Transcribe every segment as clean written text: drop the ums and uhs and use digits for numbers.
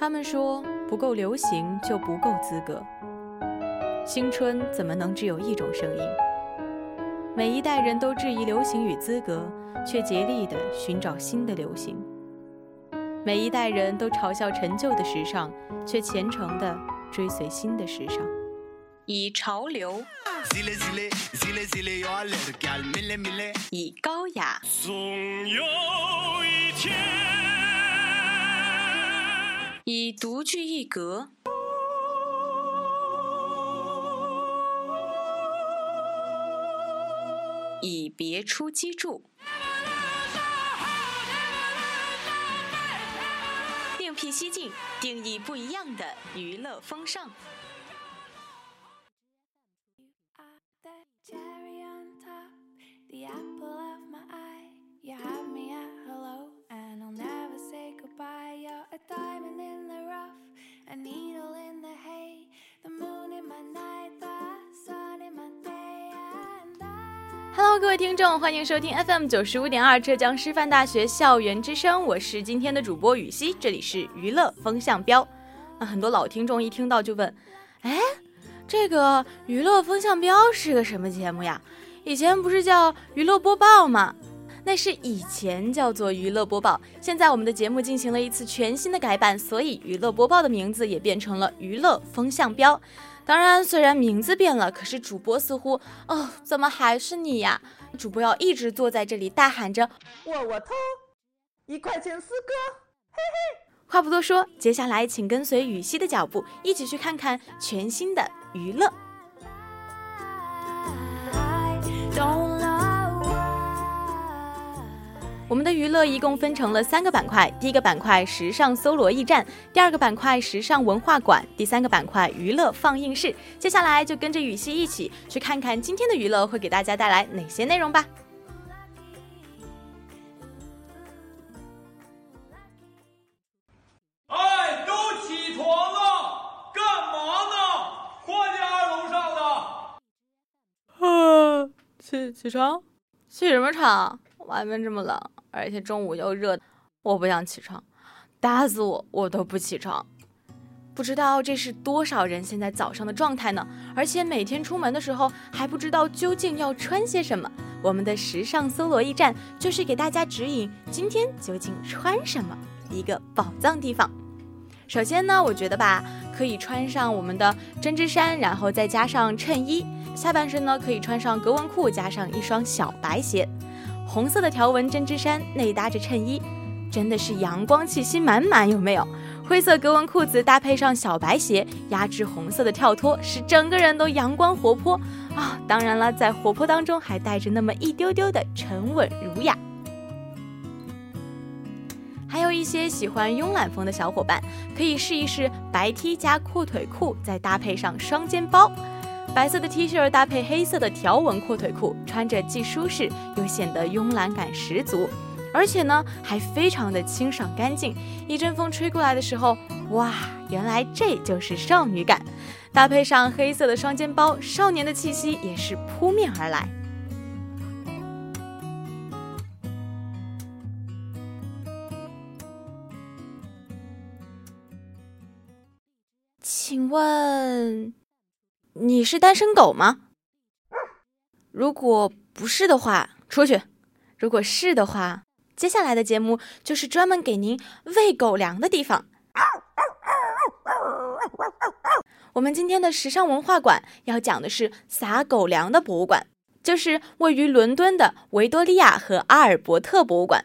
他们说不够流行就不够资格，青春怎么能只有一种声音？每一代人都质疑流行与资格，却竭力地寻找新的流行。每一代人都嘲笑陈旧的时尚，却虔诚地追随新的时尚。以潮流，以高雅， 总有一天， 以独具一格，以别出机杼，另辟蹊径，定义不一样的娱乐风尚。Hello， 各位听众，欢迎收听 FM 95.2浙江师范大学校园之声，我是今天的主播雨熙，这里是娱乐风向标。很多老听众一听到就问，这个娱乐风向标是个什么节目呀？以前不是叫娱乐播报吗？那是以前叫做娱乐播报，现在我们的节目进行了一次全新的改版，所以娱乐播报的名字也变成了娱乐风向标。当然，虽然名字变了，可是主播似乎，怎么还是你呀？主播要一直坐在这里大喊着我偷1块钱4个，嘿嘿。 话不多说，接下来请跟随雨熙的脚步，一起去看看全新的娱乐。我们的娱乐一共分成了3个板块，第一个板块时尚搜罗驿站，第二个板块时尚文化馆，第3个板块娱乐放映室。接下来就跟着雨熙一起去看看今天的娱乐会给大家带来哪些内容吧。 都起床了，干嘛呢？快点楼上的。 起床？起什么床？外面这么冷，而且中午又热，我不想起床，打死我都不起床。不知道这是多少人现在早上的状态呢？而且每天出门的时候还不知道究竟要穿些什么。我们的时尚搜罗驿站就是给大家指引今天究竟穿什么，一个宝藏地方。首先呢，我觉得吧，可以穿上我们的针织衫，然后再加上衬衣，下半身呢可以穿上格纹裤，加上一双小白鞋。红色的条纹针织衫内搭着衬衣，真的是阳光气息满满，有没有？灰色格纹裤子搭配上小白鞋，压制红色的跳脱，使整个人都阳光活泼啊！当然了，在活泼当中还带着那么一丢丢的沉稳儒雅。还有一些喜欢慵懒风的小伙伴，可以试一试白 T 加阔腿裤，再搭配上双肩包。白色的 T 恤搭配黑色的条纹阔腿裤，穿着既舒适又显得慵懒感十足，而且呢还非常的清爽干净。一阵风吹过来的时候，哇，原来这就是少女感。搭配上黑色的双肩包，少年的气息也是扑面而来。请问你是单身狗吗？如果不是的话，出去；如果是的话，接下来的节目就是专门给您喂狗粮的地方。我们今天的时尚文化馆要讲的是撒狗粮的博物馆，就是位于伦敦的维多利亚和阿尔伯特博物馆。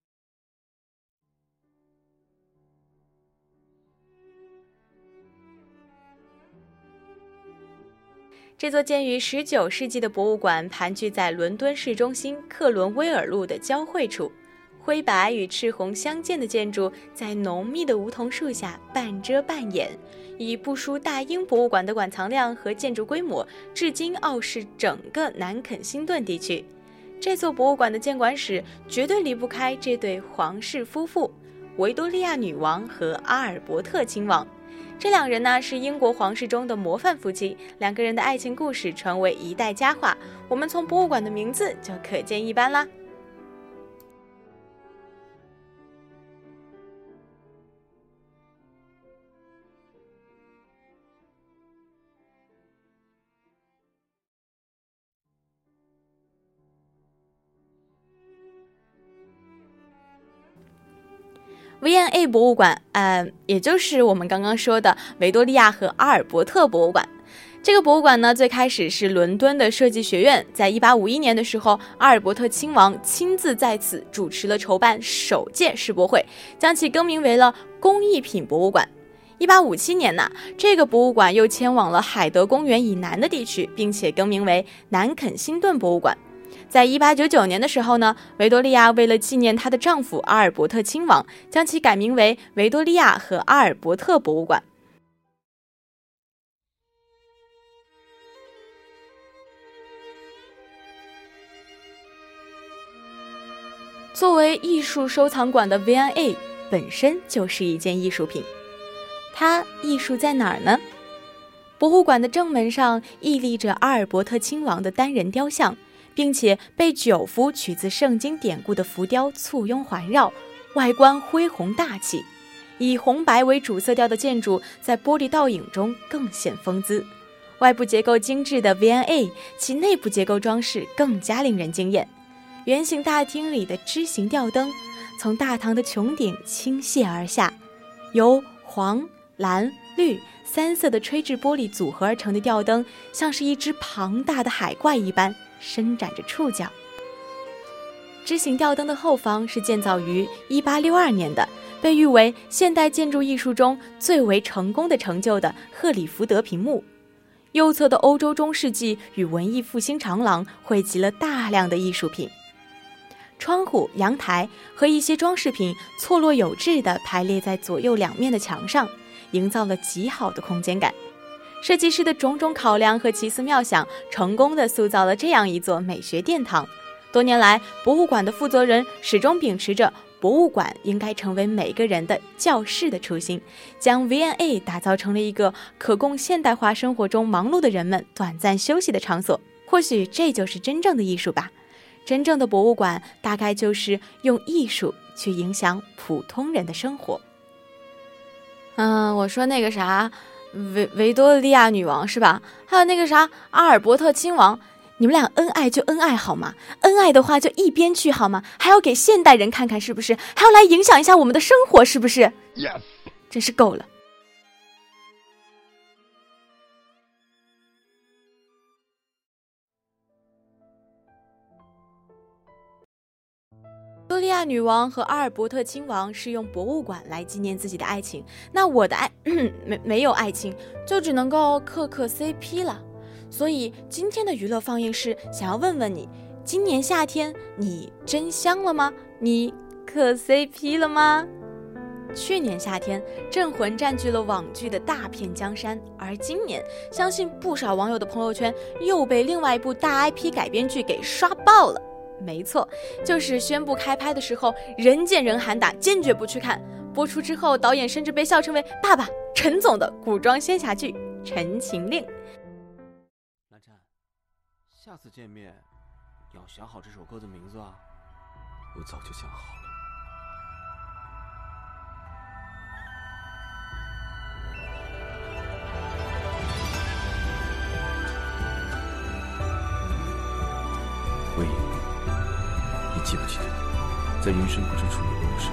这座建于19世纪的博物馆盘踞在伦敦市中心克伦威尔路的交汇处，灰白与赤红相间的建筑在浓密的梧桐树下半遮半掩，以不输大英博物馆的馆藏量和建筑规模，至今傲视整个南肯辛顿地区。这座博物馆的建馆史绝对离不开这对皇室夫妇，维多利亚女王和阿尔伯特亲王。这两人呢是英国皇室中的模范夫妻，两个人的爱情故事传为一代佳话，我们从博物馆的名字就可见一斑啦。 V&A 博物馆，也就是我们刚刚说的维多利亚和阿尔伯特博物馆。这个博物馆呢，最开始是伦敦的设计学院，在1851年的时候，阿尔伯特亲王亲自在此主持了筹办首届世博会，将其更名为了工艺品博物馆。1857年呢，这个博物馆又迁往了海德公园以南的地区，并且更名为南肯辛顿博物馆。在1899年的时候呢，维多利亚为了纪念她的丈夫阿尔伯特亲王，将其改名为维多利亚和阿尔伯特博物馆。作为艺术收藏馆的 V&A 本身就是一件艺术品，它艺术在哪儿呢？博物馆的正门上屹立着阿尔伯特亲王的单人雕像，并且被9幅取自圣经典故的浮雕簇拥环绕，外观恢宏大气。以红白为主色调的建筑在玻璃倒影中更显风姿。外部结构精致的 V&A， 其内部结构装饰更加令人惊艳。圆形大厅里的枝形吊灯从大堂的穹顶倾泻而下，由黄、蓝、绿3色的吹制玻璃组合而成的吊灯，像是一只庞大的海怪一般伸展着触角。枝形吊灯的后方是建造于1862年的，被誉为现代建筑艺术中最为成功的成就的赫里福德屏幕。右侧的欧洲中世纪与文艺复兴长廊汇集了大量的艺术品，窗户、阳台和一些装饰品错落有致地排列在左右两面的墙上，营造了极好的空间感。设计师的种种考量和奇思妙想，成功地塑造了这样一座美学殿堂。多年来，博物馆的负责人始终秉持着博物馆应该成为每个人的教室的初心，将 V&A 打造成了一个可供现代化生活中忙碌的人们短暂休息的场所。或许这就是真正的艺术吧。真正的博物馆大概就是用艺术去影响普通人的生活。我说那个啥，维多利亚女王是吧？还有那个啥阿尔伯特亲王，你们俩恩爱就恩爱好吗？恩爱的话就一边去好吗？还要给现代人看看是不是？还要来影响一下我们的生活是不是？ Yes， 真是够了。维多利亚女王和阿尔伯特亲王是用博物馆来纪念自己的爱情，那我的爱没有爱情，就只能够磕 CP 了。所以今天的娱乐放映室想要问问你，今年夏天你真香了吗？你磕 CP 了吗？去年夏天，《镇魂》占据了网剧的大片江山，而今年，相信不少网友的朋友圈又被另外一部大 IP 改编剧给刷爆了。没错，就是宣布开拍的时候，人见人喊打，坚决不去看。播出之后，导演甚至被笑称为“爸爸陈总”的古装仙侠剧《陈情令》。 蓝湛，下次见面要想好这首歌的名字啊！ 我早就想好了。魏莹，你记不记得，在云深不知处有故事？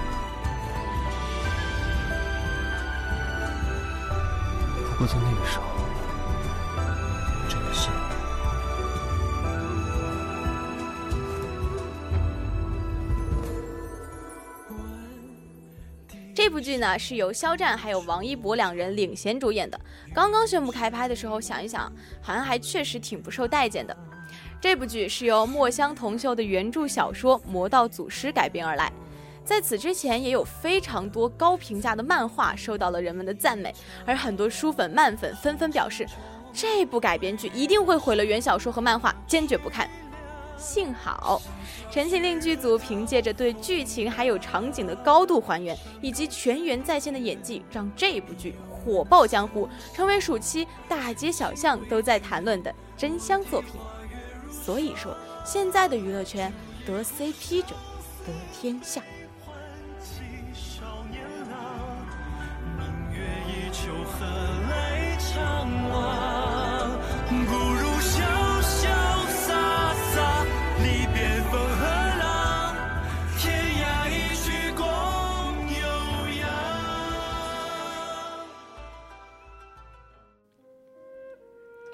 不过在那个时候，我真的信了。 这部剧呢是由肖战还有王一博两人领衔主演的。刚刚宣布开拍的时候，想一想，好像还确实挺不受待见的。这部剧是由墨香铜臭的原著小说《魔道祖师》改编而来。在此之前，也有非常多高评价的漫画受到了人们的赞美，而很多书粉、漫粉纷纷表示，这部改编剧一定会毁了原小说和漫画，坚决不看。幸好，《陈情令》剧组凭借着对剧情还有场景的高度还原，以及全员在线的演技，让这部剧火爆江湖，成为暑期大街小巷都在谈论的真香作品。所以说，现在的娱乐圈得 CP 者得天下。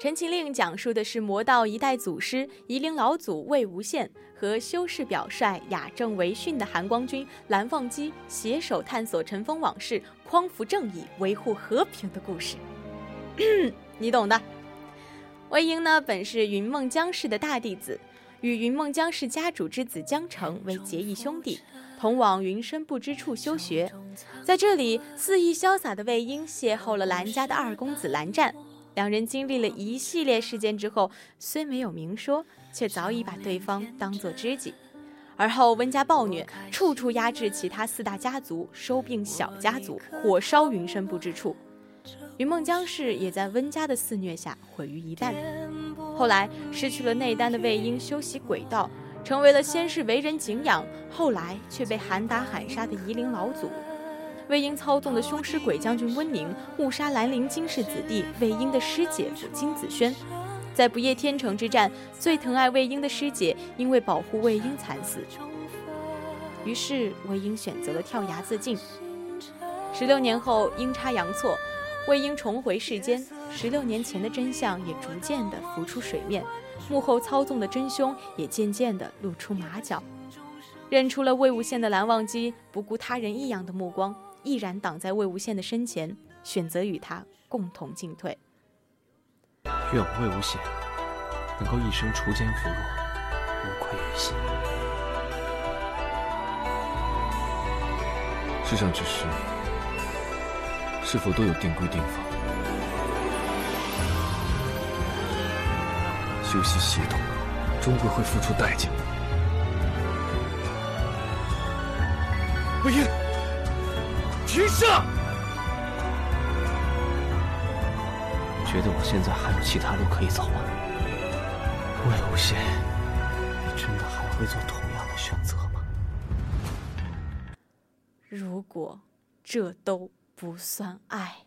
陈情令》讲述的是魔道一代祖师夷陵老祖魏无羡和修士表率雅正为训的含光军蓝忘机携手探索尘封往事，匡扶正义，维护和平的故事。你懂的。魏婴呢，本是云梦江氏的大弟子，与云梦江氏家主之子江澄为结义兄弟，同往云深不知处修学。在这里，肆意潇洒的魏婴邂逅了蓝家的二公子蓝湛，两人经历了一系列事件之后，虽没有明说，却早已把对方当作知己。而后温家暴虐，处处压制其他4大家族，收并小家族，火烧云深不知处。云梦江氏也在温家的肆虐下毁于一旦。后来失去了内丹的魏婴修习鬼道，成为了先是为人敬仰，后来却被喊打喊杀的夷陵老祖。魏婴操纵的凶尸鬼将军温宁误杀兰陵金氏子弟魏婴的师姐夫金子轩。在不夜天成之战，最疼爱魏婴的师姐因为保护魏婴惨死，于是魏婴选择了跳崖自尽。16年后，阴差阳错，魏婴重回世间，16年前的真相也逐渐地浮出水面，幕后操纵的真凶也渐渐地露出马脚。认出了魏无羡的蓝忘机不顾他人异样的目光，毅然挡在魏无羡的身前，选择与他共同进退。 愿我魏无羡能够一生除奸扶弱，无愧于心。 世上之事，是否都有定规定法？修习邪道，终归会付出代价。魏婴，停下！ 觉得我现在还有其他路可以走吗？魏无羡，你真的还会做同样的选择吗？ 如果这都不算爱。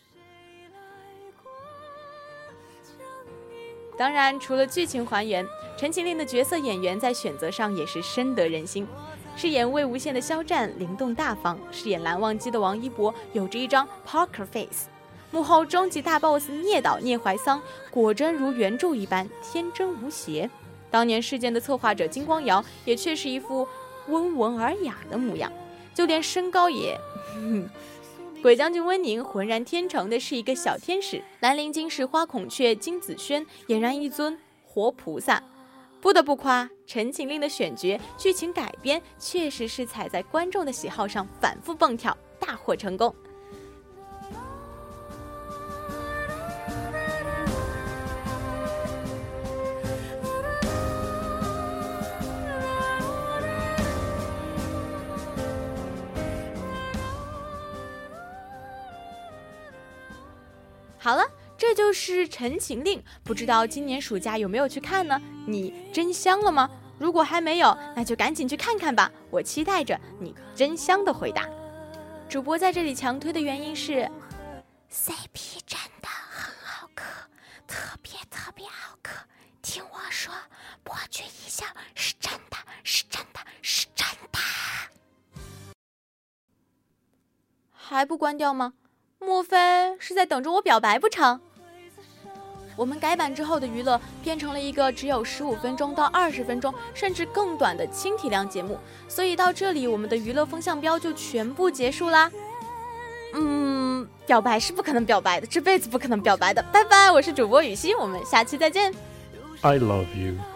当然，除了剧情还原，陈情令的角色演员在选择上也是深得人心。饰演魏无羡的肖战灵动大方，饰演蓝忘机的王一博有着一张 poker face， 幕后终极大 boss 聂导聂怀桑果真如原著一般天真无邪。当年事件的策划者金光瑶也却是一副温文尔雅的模样，就连身高也鬼将军温宁浑然天成的是一个小天使，兰陵金氏花孔雀金子轩俨然一尊活菩萨。不得不夸陈情令的选角剧情改编确实是踩在观众的喜好上反复蹦跳，大获成功。好了，这就是陈情令，不知道今年暑假有没有去看呢？你真香了吗？如果还没有，那就赶紧去看看吧，我期待着你真香的回答。主播在这里强推的原因是 CP 真的很好磕，特别好磕，听我说，博君一笑是真的，是真的，是真的。还不关掉吗？莫非是在等着我表白不成？我们改版之后的娱乐变成了一个只有15分钟到20分钟甚至更短的轻体量节目，所以到这里我们的娱乐风向标就全部结束啦。表白是不可能表白的，这辈子不可能表白的。拜拜，我是主播雨熙，我们下期再见。 I love you.